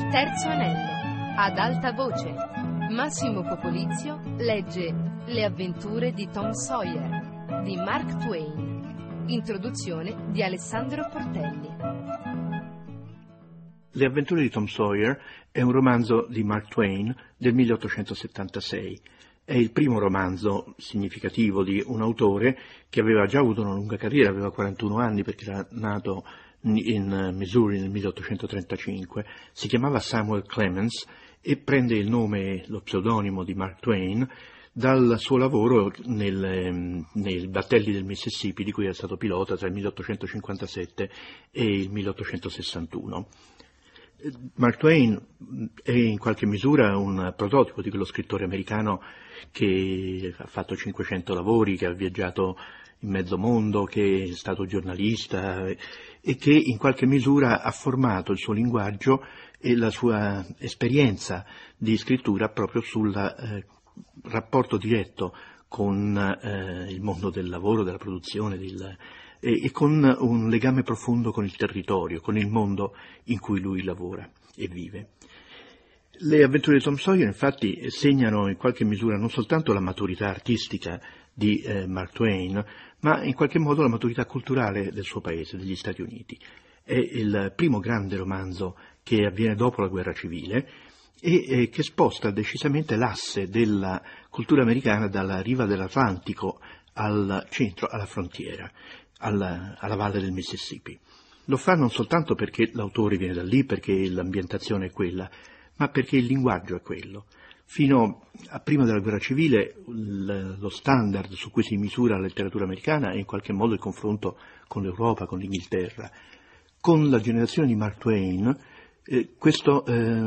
Terzo anello, ad alta voce. Massimo Popolizio legge Le avventure di Tom Sawyer di Mark Twain. Introduzione di Alessandro Portelli. Le avventure di Tom Sawyer è un romanzo di Mark Twain del 1876. È il primo romanzo significativo di un autore che aveva già avuto una lunga carriera, aveva 41 anni perché era nato in Missouri nel 1835, si chiamava Samuel Clemens e prende il nome, lo pseudonimo di Mark Twain, dal suo lavoro nei battelli del Mississippi, di cui è stato pilota tra il 1857 e il 1861. Mark Twain è in qualche misura un prototipo di quello scrittore americano che ha fatto 500 lavori, che ha viaggiato in mezzo mondo, che è stato giornalista e che in qualche misura ha formato il suo linguaggio e la sua esperienza di scrittura proprio sul rapporto diretto con il mondo del lavoro, della produzione, e con un legame profondo con il territorio, con il mondo in cui lui lavora e vive. Le avventure di Tom Sawyer infatti segnano in qualche misura non soltanto la maturità artistica di Mark Twain, ma in qualche modo la maturità culturale del suo paese, degli Stati Uniti. È il primo grande romanzo che avviene dopo la guerra civile e che sposta decisamente l'asse della cultura americana dalla riva dell'Atlantico al centro, alla frontiera, alla valle del Mississippi. Lo fa non soltanto perché l'autore viene da lì, perché l'ambientazione è quella, ma perché il linguaggio è quello. Fino a prima della guerra civile lo standard su cui si misura la letteratura americana è in qualche modo il confronto con l'Europa, con l'Inghilterra. Con la generazione di Mark Twain questo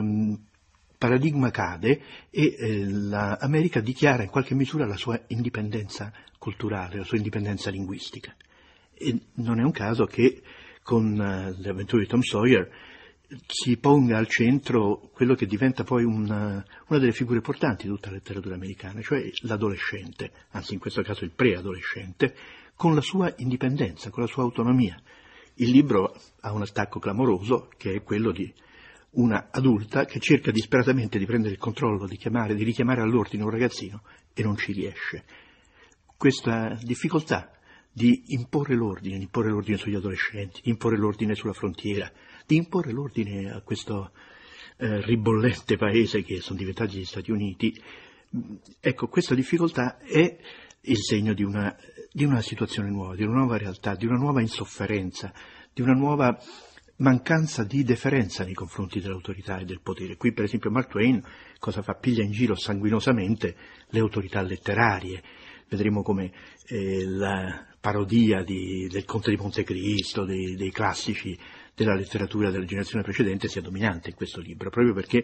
paradigma cade e l'America dichiara in qualche misura la sua indipendenza culturale, la sua indipendenza linguistica. E non è un caso che con le avventure di Tom Sawyer si ponga al centro quello che diventa poi una delle figure portanti di tutta la letteratura americana, cioè l'adolescente, anzi in questo caso il preadolescente, con la sua indipendenza, con la sua autonomia. Il libro ha un attacco clamoroso che è quello di una adulta che cerca disperatamente di prendere il controllo, di richiamare all'ordine un ragazzino e non ci riesce. Questa difficoltà di imporre l'ordine sugli adolescenti, di imporre l'ordine sulla frontiera, di imporre l'ordine a questo ribollente paese che sono diventati gli Stati Uniti. Ecco, questa difficoltà è il segno di una situazione nuova, di una nuova realtà, di una nuova insofferenza, di una nuova mancanza di deferenza nei confronti dell'autorità e del potere. Qui per esempio Mark Twain cosa fa? Piglia in giro sanguinosamente le autorità letterarie. Vedremo come la parodia del Conte di Montecristo, dei classici della letteratura della generazione precedente sia dominante in questo libro, proprio perché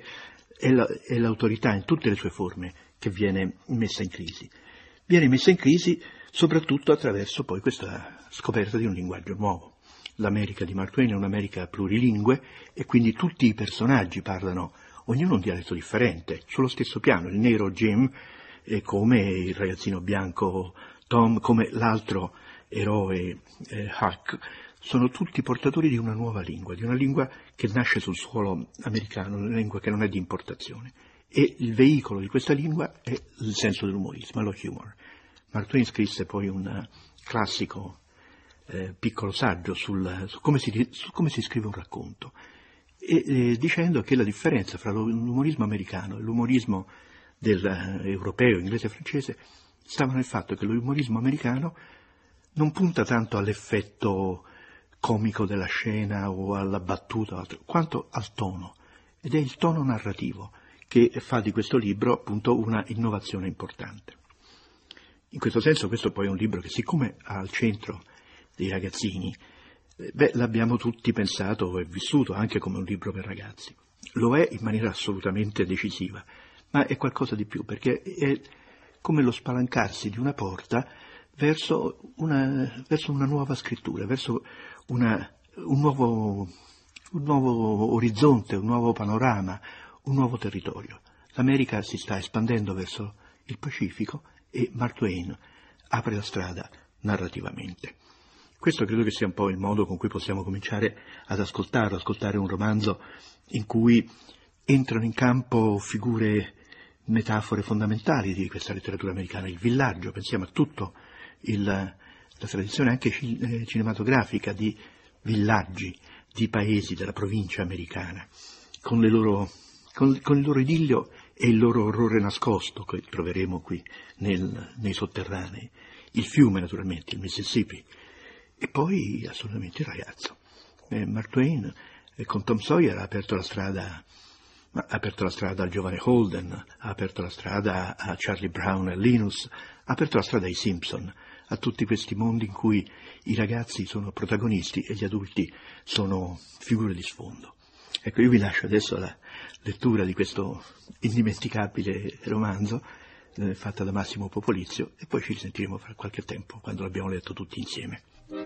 è l'autorità in tutte le sue forme che viene messa in crisi. Viene messa in crisi soprattutto attraverso poi questa scoperta di un linguaggio nuovo. L'America di Mark Twain è un'America plurilingue e quindi tutti i personaggi parlano, ognuno un dialetto differente, sullo stesso piano, il nero Jim come il ragazzino bianco Tom, come l'altro eroe Huck, sono tutti portatori di una nuova lingua, di una lingua che nasce sul suolo americano, una lingua che non è di importazione. E il veicolo di questa lingua è il senso dell'umorismo, lo humor. Mark Twain scrisse poi un classico piccolo saggio su come si scrive un racconto, dicendo che la differenza fra l'umorismo americano e l'umorismo europeo, inglese e francese stava nel fatto che l'umorismo americano non punta tanto all'effetto comico della scena o alla battuta, quanto al tono, ed è il tono narrativo che fa di questo libro appunto una innovazione importante. In questo senso questo poi è un libro che, siccome ha al centro dei ragazzini, l'abbiamo tutti pensato e vissuto anche come un libro per ragazzi. Lo è in maniera assolutamente decisiva, ma è qualcosa di più, perché è come lo spalancarsi di una porta verso una nuova scrittura, verso un nuovo orizzonte, un nuovo panorama, un nuovo territorio. L'America si sta espandendo verso il Pacifico e Mark Twain apre la strada narrativamente. Questo credo che sia un po' il modo con cui possiamo cominciare ad ascoltare un romanzo in cui entrano in campo figure, metafore fondamentali di questa letteratura americana, il villaggio, pensiamo a tutto la tradizione anche cinematografica di villaggi, di paesi della provincia americana, con il loro idillio e il loro orrore nascosto che troveremo qui nei sotterranei, il fiume naturalmente, il Mississippi, e poi assolutamente il ragazzo. Mark Twain con Tom Sawyer ha aperto la strada al giovane Holden, ha aperto la strada a Charlie Brown e Linus, ha aperto la strada ai Simpson, a tutti questi mondi in cui i ragazzi sono protagonisti e gli adulti sono figure di sfondo. Ecco, io vi lascio adesso la lettura di questo indimenticabile romanzo fatta da Massimo Popolizio e poi ci risentiremo fra qualche tempo quando l'abbiamo letto tutti insieme.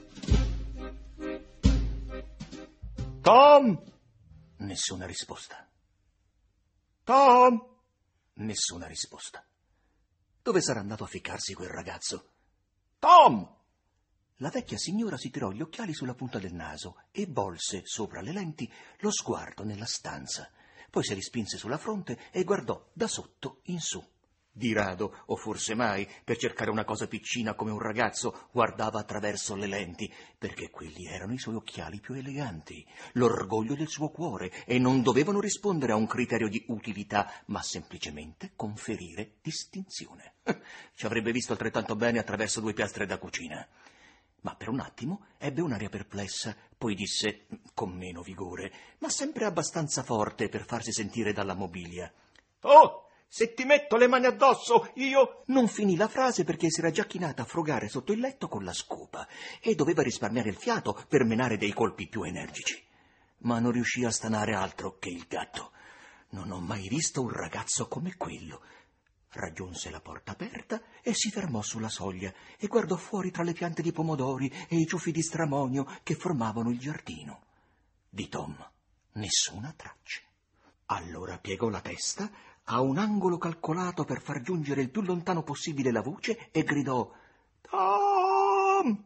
Tom! Nessuna risposta. Tom! Nessuna risposta. Dove sarà andato a ficcarsi quel ragazzo? Tom! La vecchia signora si tirò gli occhiali sulla punta del naso e volse sopra le lenti lo sguardo nella stanza. Poi si rispinse sulla fronte e guardò da sotto in su. Di rado, o forse mai, per cercare una cosa piccina come un ragazzo, guardava attraverso le lenti, perché quelli erano i suoi occhiali più eleganti, l'orgoglio del suo cuore, e non dovevano rispondere a un criterio di utilità, ma semplicemente conferire distinzione. Ci avrebbe visto altrettanto bene attraverso 2 piastre da cucina. Ma per un attimo ebbe un'aria perplessa, poi disse, con meno vigore, ma sempre abbastanza forte per farsi sentire dalla mobilia: «Oh! Se ti metto le mani addosso, io...» Non finì la frase perché si era già chinata a frugare sotto il letto con la scopa e doveva risparmiare il fiato per menare dei colpi più energici. Ma non riuscì a stanare altro che il gatto. Non ho mai visto un ragazzo come quello. Raggiunse la porta aperta e si fermò sulla soglia e guardò fuori tra le piante di pomodori e i ciuffi di stramonio che formavano il giardino. Di Tom nessuna traccia. Allora piegò la testa a un angolo calcolato per far giungere il più lontano possibile la voce e gridò: «Tom!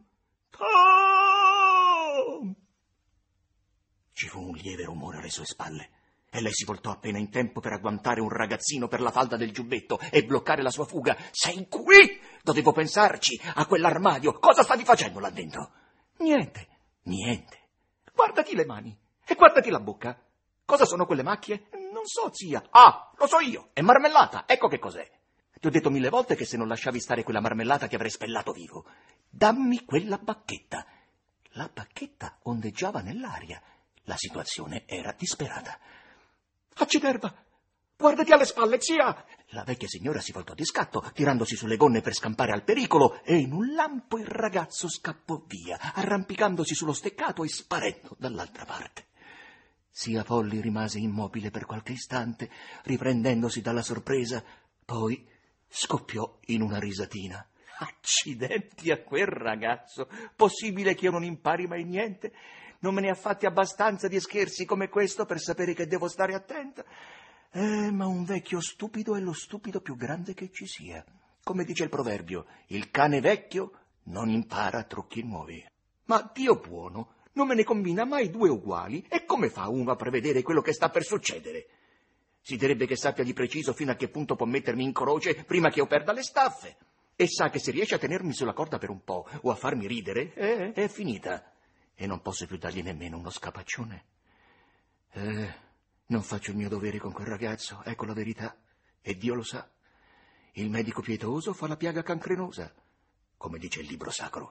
Tom!» Ci fu un lieve rumore alle sue spalle e lei si voltò appena in tempo per agguantare un ragazzino per la falda del giubbetto e bloccare la sua fuga. «Sei qui? Dovevo pensarci, a quell'armadio. Cosa stavi facendo là dentro?» «Niente, niente. Guardati le mani e guardati la bocca. Cosa sono quelle macchie?» «Non so, zia.» «Ah, lo so io, è marmellata, ecco che cos'è. Ti ho detto 1000 volte che se non lasciavi stare quella marmellata ti avrei spellato vivo. Dammi quella bacchetta.» La bacchetta ondeggiava nell'aria. La situazione era disperata. «Acciderva! Guardati alle spalle, zia!» La vecchia signora si voltò di scatto, tirandosi sulle gonne per scampare al pericolo, e in un lampo il ragazzo scappò via, arrampicandosi sullo steccato e sparendo dall'altra parte. Zia Polly rimase immobile per qualche istante, riprendendosi dalla sorpresa, poi scoppiò in una risatina. «Accidenti a quel ragazzo! Possibile che io non impari mai niente? Non me ne ha fatti abbastanza di scherzi come questo per sapere che devo stare attenta? Ma un vecchio stupido è lo stupido più grande che ci sia. Come dice il proverbio, il cane vecchio non impara trucchi nuovi. Ma Dio buono, non me ne combina mai 2 uguali, e come fa uno a prevedere quello che sta per succedere? Si direbbe che sappia di preciso fino a che punto può mettermi in croce prima che io perda le staffe, e sa che se riesce a tenermi sulla corda per un po' o a farmi ridere, è finita, e non posso più dargli nemmeno uno scapaccione. Non faccio il mio dovere con quel ragazzo, ecco la verità, e Dio lo sa. Il medico pietoso fa la piaga cancrenosa, come dice il libro sacro.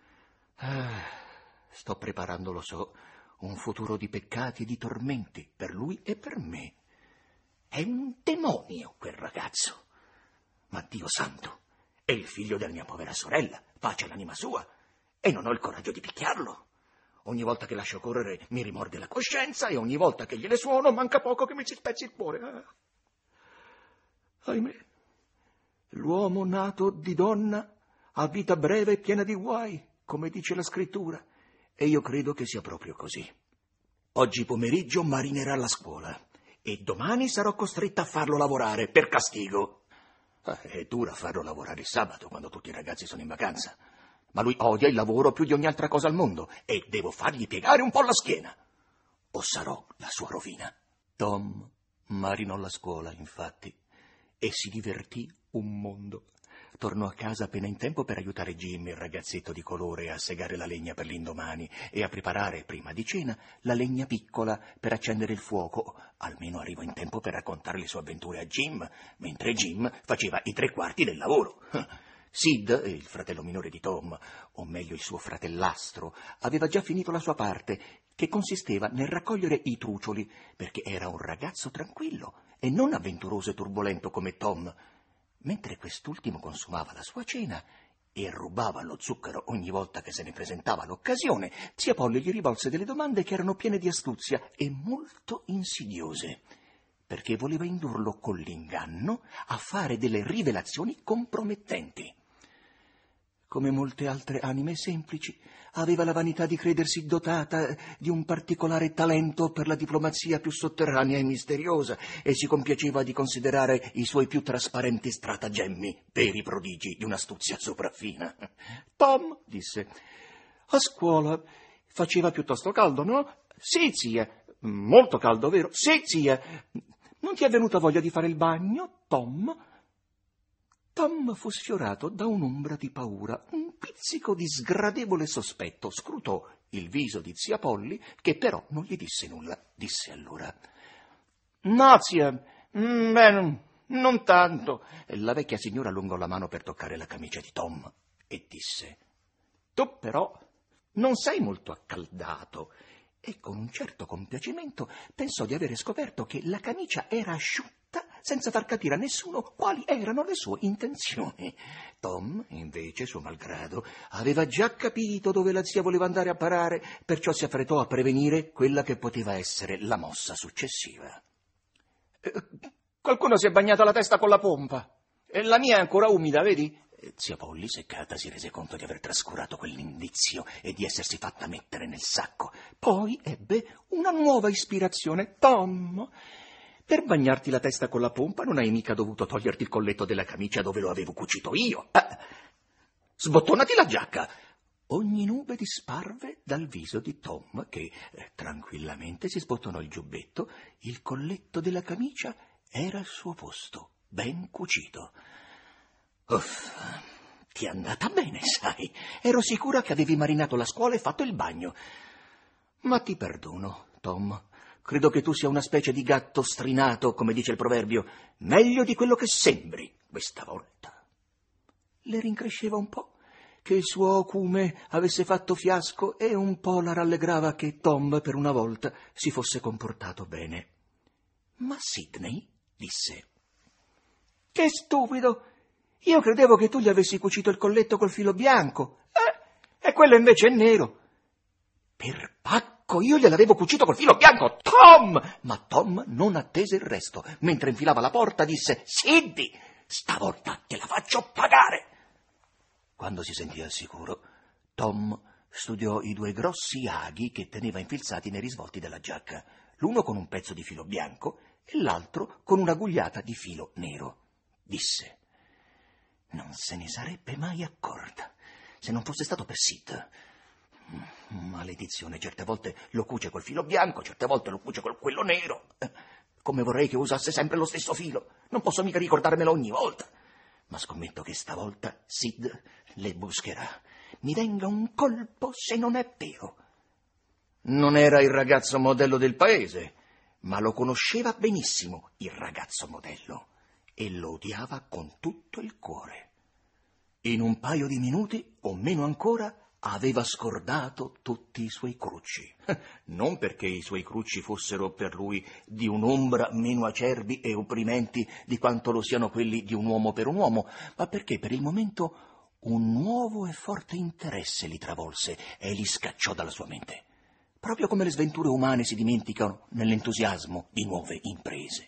Sto preparando, lo so, un futuro di peccati e di tormenti per lui e per me. È un demonio quel ragazzo. Ma Dio santo, è il figlio della mia povera sorella, pace all'anima sua, e non ho il coraggio di picchiarlo. Ogni volta che lascio correre mi rimorde la coscienza e ogni volta che gliele suono manca poco che mi si spezzi il cuore. Ahimè, l'uomo nato di donna ha vita breve e piena di guai, come dice la scrittura, e io credo che sia proprio così. Oggi pomeriggio marinerà alla scuola e domani sarò costretta a farlo lavorare per castigo. È dura farlo lavorare il sabato quando tutti i ragazzi sono in vacanza. Ma lui odia il lavoro più di ogni altra cosa al mondo e devo fargli piegare un po' la schiena. O sarò la sua rovina. Tom Marinò la scuola, infatti, e si divertì un mondo. Tornò a casa appena in tempo per aiutare Jim, il ragazzetto di colore, a segare la legna per l'indomani e a preparare, prima di cena, la legna piccola per accendere il fuoco. Almeno arrivò in tempo per raccontare le sue avventure a Jim, mentre Jim faceva i 3/4 del lavoro. Sid, il fratello minore di Tom, o meglio il suo fratellastro, aveva già finito la sua parte, che consisteva nel raccogliere i trucioli, perché era un ragazzo tranquillo e non avventuroso e turbolento come Tom. Mentre quest'ultimo consumava la sua cena e rubava lo zucchero ogni volta che se ne presentava l'occasione, zia Polly gli rivolse delle domande che erano piene di astuzia e molto insidiose, perché voleva indurlo con l'inganno a fare delle rivelazioni compromettenti. Come molte altre anime semplici, aveva la vanità di credersi dotata di un particolare talento per la diplomazia più sotterranea e misteriosa e si compiaceva di considerare i suoi più trasparenti stratagemmi veri prodigi di un'astuzia sopraffina. «Tom», disse, «a scuola faceva piuttosto caldo, no?» «Sì, zia». «Molto caldo, vero?» «Sì, zia». «Non ti è venuta voglia di fare il bagno, Tom?» Tom fu sfiorato da un'ombra di paura, un pizzico di sgradevole sospetto. Scrutò il viso di zia Polly, che però non gli disse nulla. Disse allora: «No, zia, non tanto». La vecchia signora allungò la mano per toccare la camicia di Tom e disse: «Tu però non sei molto accaldato». E con un certo compiacimento pensò di avere scoperto che la camicia era asciutta senza far capire a nessuno quali erano le sue intenzioni. Tom, invece, suo malgrado, aveva già capito dove la zia voleva andare a parare, perciò si affrettò a prevenire quella che poteva essere la mossa successiva. «Qualcuno si è bagnato la testa con la pompa. E la mia è ancora umida, vedi?» Zia Polly, seccata, si rese conto di aver trascurato quell'indizio e di essersi fatta mettere nel sacco. Poi ebbe una nuova ispirazione. «Tom, per bagnarti la testa con la pompa non hai mica dovuto toglierti il colletto della camicia dove lo avevo cucito io. Sbottonati la giacca». Ogni nube disparve dal viso di Tom, che tranquillamente si sbottonò il giubbetto. Il colletto della camicia era al suo posto, ben cucito. «Uff, ti è andata bene, sai. Ero sicura che avevi marinato la scuola e fatto il bagno. Ma ti perdono, Tom. Credo che tu sia una specie di gatto strinato, come dice il proverbio, meglio di quello che sembri questa volta». Le rincresceva un po' che il suo acume avesse fatto fiasco e un po' la rallegrava che Tom per una volta si fosse comportato bene. «Ma Sidney», disse, «che stupido! Io credevo che tu gli avessi cucito il colletto col filo bianco, e quello invece è nero». «Per pacco, io gliel'avevo cucito col filo bianco, Tom!» Ma Tom non attese il resto. Mentre infilava la porta disse: «Sidney, stavolta te la faccio pagare». Quando si sentì al sicuro, Tom studiò i 2 grossi aghi che teneva infilzati nei risvolti della giacca, l'uno con un pezzo di filo bianco e l'altro con una gugliata di filo nero. Disse: «Non se ne sarebbe mai accorta se non fosse stato per Sid. Maledizione, certe volte lo cuce col filo bianco, certe volte lo cuce con quello nero. Come vorrei che usasse sempre lo stesso filo. Non posso mica ricordarmelo ogni volta. Ma scommetto che stavolta Sid le buscherà. Mi venga un colpo se non è vero». Non era il ragazzo modello del paese, ma lo conosceva benissimo, il ragazzo modello, e lo odiava con tutto il cuore. In un paio di minuti, o meno ancora, aveva scordato tutti i suoi crucci. Non perché i suoi crucci fossero per lui di un'ombra meno acerbi e opprimenti di quanto lo siano quelli di un uomo per un uomo, ma perché per il momento un nuovo e forte interesse li travolse e li scacciò dalla sua mente, proprio come le sventure umane si dimenticano nell'entusiasmo di nuove imprese.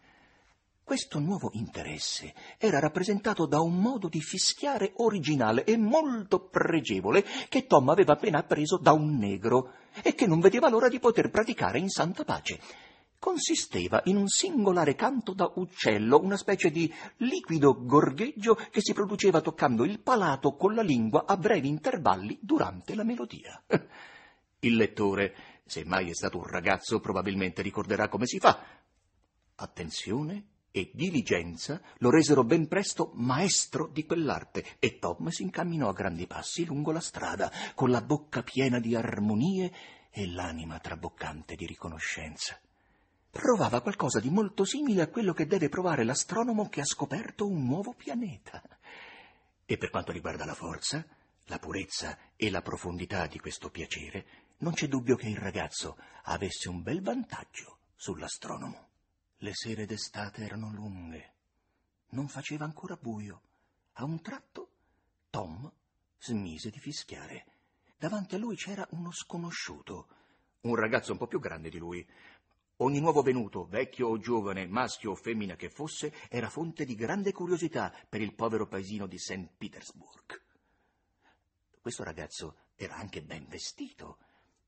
Questo nuovo interesse era rappresentato da un modo di fischiare originale e molto pregevole che Tom aveva appena appreso da un negro e che non vedeva l'ora di poter praticare in santa pace. Consisteva in un singolare canto da uccello, una specie di liquido gorgheggio che si produceva toccando il palato con la lingua a brevi intervalli durante la melodia. Il lettore, se mai è stato un ragazzo, probabilmente ricorderà come si fa. Attenzione e diligenza lo resero ben presto maestro di quell'arte e Tom si incamminò a grandi passi lungo la strada, con la bocca piena di armonie e l'anima traboccante di riconoscenza. Provava qualcosa di molto simile a quello che deve provare l'astronomo che ha scoperto un nuovo pianeta. E per quanto riguarda la forza, la purezza e la profondità di questo piacere, non c'è dubbio che il ragazzo avesse un bel vantaggio sull'astronomo. Le sere d'estate erano lunghe. Non faceva ancora buio. A un tratto Tom smise di fischiare. Davanti a lui c'era uno sconosciuto, un ragazzo un po' più grande di lui. Ogni nuovo venuto, vecchio o giovane, maschio o femmina che fosse, era fonte di grande curiosità per il povero paesino di St. Petersburg. Questo ragazzo era anche ben vestito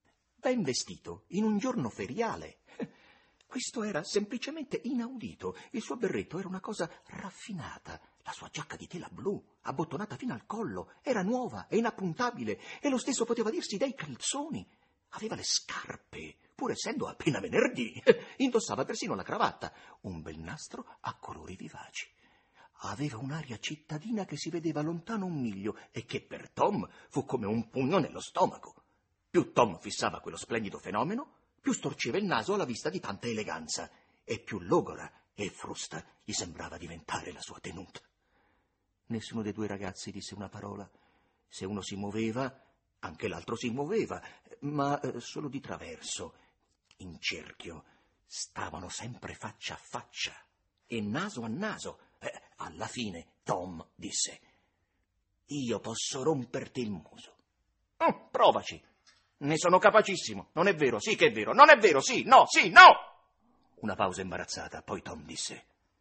in un giorno feriale. Questo era semplicemente inaudito. Il suo berretto era una cosa raffinata, la sua giacca di tela blu, abbottonata fino al collo, era nuova e inappuntabile, e lo stesso poteva dirsi dei calzoni. Aveva le scarpe, pur essendo appena venerdì. Indossava persino la cravatta, un bel nastro a colori vivaci. Aveva un'aria cittadina che si vedeva lontano un miglio e che per Tom fu come un pugno nello stomaco. Più Tom fissava quello splendido fenomeno, più storceva il naso alla vista di tanta eleganza e più logora e frusta gli sembrava diventare la sua tenuta. Nessuno dei due ragazzi disse una parola. Se uno si muoveva, anche l'altro si muoveva, ma solo di traverso, in cerchio. Stavano sempre faccia a faccia e naso a naso. Alla fine Tom disse: «Io posso romperti il muso». «Provaci. Ne sono capacissimo. Non è vero, sì che è vero. Non è vero, sì, no, sì, no!» Una pausa imbarazzata, poi Tom disse: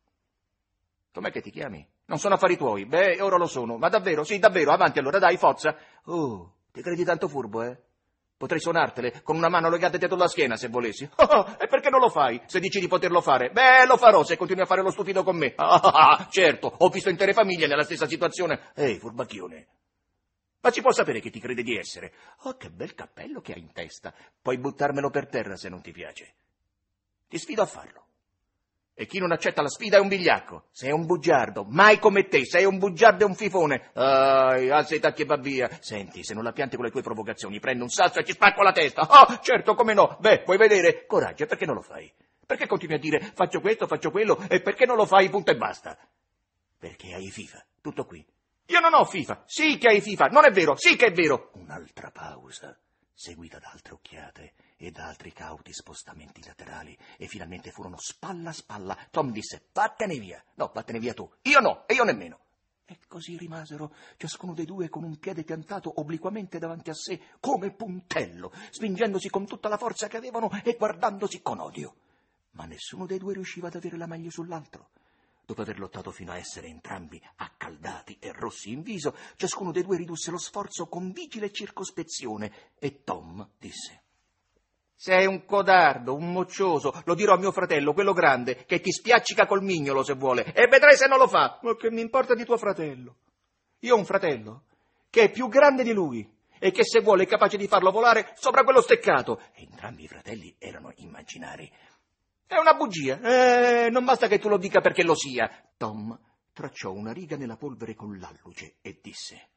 «Com'è che ti chiami?» «Non sono affari tuoi». «Beh, ora lo sono. Ma davvero? Sì, davvero. Avanti allora, dai, forza». «Oh, ti credi tanto furbo, eh? Potrei suonartele con una mano legata dietro la schiena se volessi». «E perché non lo fai? Se dici di poterlo fare». «Beh, lo farò se continui a fare lo stupido con me». Certo, ho visto intere famiglie nella stessa situazione». «Ehi, furbacchione, ma si può sapere chi ti crede di essere?» «Oh, che bel cappello che hai in testa. Puoi buttarmelo per terra se non ti piace. Ti sfido a farlo. E chi non accetta la sfida è un vigliacco. Sei un bugiardo, mai come te, sei un bugiardo e un fifone. Alza i tacchi e va via. Senti, se non la pianti con le tue provocazioni, prendo un sasso e ci spacco la testa». Certo, come no. Beh, vuoi vedere? Coraggio, e perché non lo fai? Perché continui a dire faccio questo, faccio quello, e perché non lo fai, punto e basta? Perché hai FIFA, tutto qui. «Io non ho FIFA». «Sì che hai FIFA». «Non è vero». «Sì che è vero». Un'altra pausa, seguita da altre occhiate e da altri cauti spostamenti laterali, e finalmente furono spalla a spalla. Tom disse: «Vattene via». «No, vattene via tu». «Io no, e io nemmeno». E così rimasero, ciascuno dei due con un piede piantato obliquamente davanti a sé, come puntello, spingendosi con tutta la forza che avevano e guardandosi con odio. Ma nessuno dei due riusciva ad avere la meglio sull'altro. Dopo aver lottato fino a essere entrambi accaldati e rossi in viso, ciascuno dei due ridusse lo sforzo con vigile circospezione e Tom disse: «Sei un codardo, un moccioso, lo dirò a mio fratello, quello grande, che ti spiaccica col mignolo se vuole, e vedrai se non lo fa». «Ma che mi importa di tuo fratello? Io ho un fratello che è più grande di lui e che se vuole è capace di farlo volare sopra quello steccato». Entrambi i fratelli erano immaginari. «È una bugia. Non basta che tu lo dica perché lo sia». Tom tracciò una riga nella polvere con l'alluce e disse: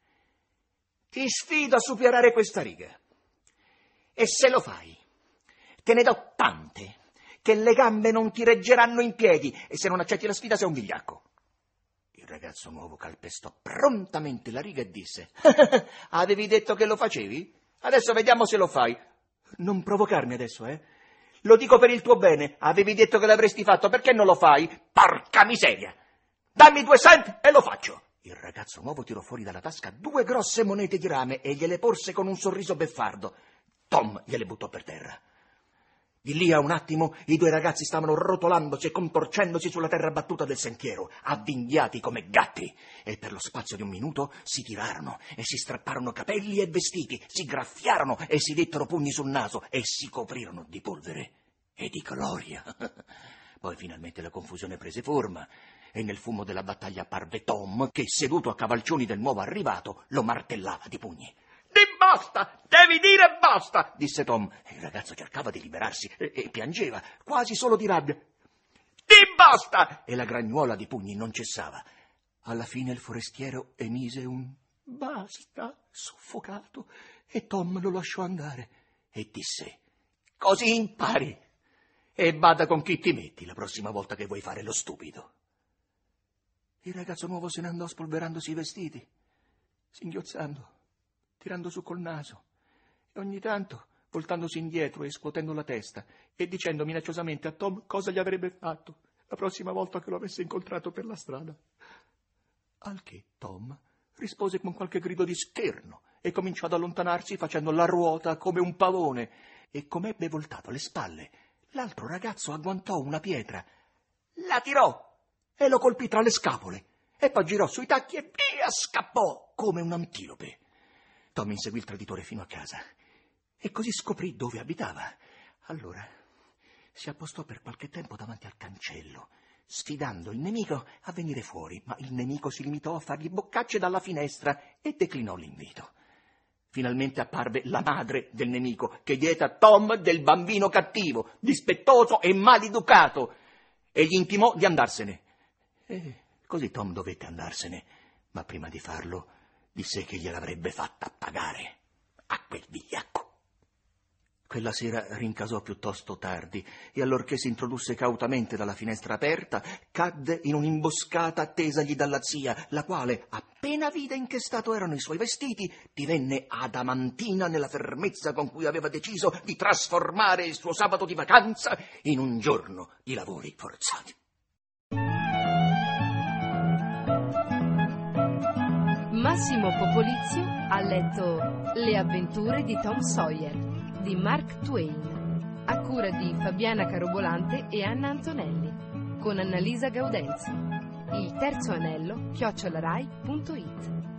«Ti sfido a superare questa riga. E se lo fai, te ne do tante che le gambe non ti reggeranno in piedi, e se non accetti la sfida sei un vigliacco». Il ragazzo nuovo calpestò prontamente la riga e disse: «Avevi detto che lo facevi? Adesso vediamo se lo fai». «Non provocarmi adesso, Lo dico per il tuo bene. Avevi detto che l'avresti fatto, perché non lo fai?» «Porca miseria! Dammi 2 cent e lo faccio». Il ragazzo nuovo tirò fuori dalla tasca 2 grosse monete di rame e gliele porse con un sorriso beffardo. Tom gliele buttò per terra. Di lì a un attimo i 2 ragazzi stavano rotolandosi e contorcendosi sulla terra battuta del sentiero, avvinghiati come gatti, e per lo spazio di un minuto si tirarono e si strapparono capelli e vestiti, si graffiarono e si dettero pugni sul naso e si coprirono di polvere e di gloria. Poi finalmente la confusione prese forma e nel fumo della battaglia apparve Tom che, seduto a cavalcioni del nuovo arrivato, lo martellava di pugni. «Di basta! Devi dire basta!» disse Tom. E il ragazzo cercava di liberarsi e piangeva, quasi solo di rabbia. «Di basta! E la gragnuola di pugni non cessava. Alla fine il forestiero emise un basta, soffocato, e Tom lo lasciò andare e disse: così impari e bada con chi ti metti la prossima volta che vuoi fare lo stupido. Il ragazzo nuovo se ne andò spolverandosi i vestiti, singhiozzando, tirando su col naso e ogni tanto voltandosi indietro e scuotendo la testa e dicendo minacciosamente a Tom cosa gli avrebbe fatto la prossima volta che lo avesse incontrato per la strada. Al che Tom rispose con qualche grido di scherno e cominciò ad allontanarsi facendo la ruota come un pavone, e come ebbe voltato le spalle, l'altro ragazzo agguantò una pietra, la tirò e lo colpì tra le scapole e poi girò sui tacchi e via scappò come un antilope. Tom inseguì il traditore fino a casa e così scoprì dove abitava. Allora si appostò per qualche tempo davanti al cancello, sfidando il nemico a venire fuori, ma il nemico si limitò a fargli boccacce dalla finestra e declinò l'invito. Finalmente apparve la madre del nemico, che diede a Tom del bambino cattivo, dispettoso e maleducato, e gli intimò di andarsene. E così Tom dovette andarsene, ma prima di farlo disse che gliel'avrebbe fatta pagare a quel vigliacco. Quella sera rincasò piuttosto tardi e, allorché si introdusse cautamente dalla finestra aperta, cadde in un'imboscata attesagli dalla zia, la quale, appena vide in che stato erano i suoi vestiti, divenne adamantina nella fermezza con cui aveva deciso di trasformare il suo sabato di vacanza in un giorno di lavori forzati. Massimo Popolizio ha letto Le avventure di Tom Sawyer di Mark Twain, a cura di Fabiana Carobolante e Anna Antonelli, con Annalisa Gaudenzi. Il terzo anello @rai.it.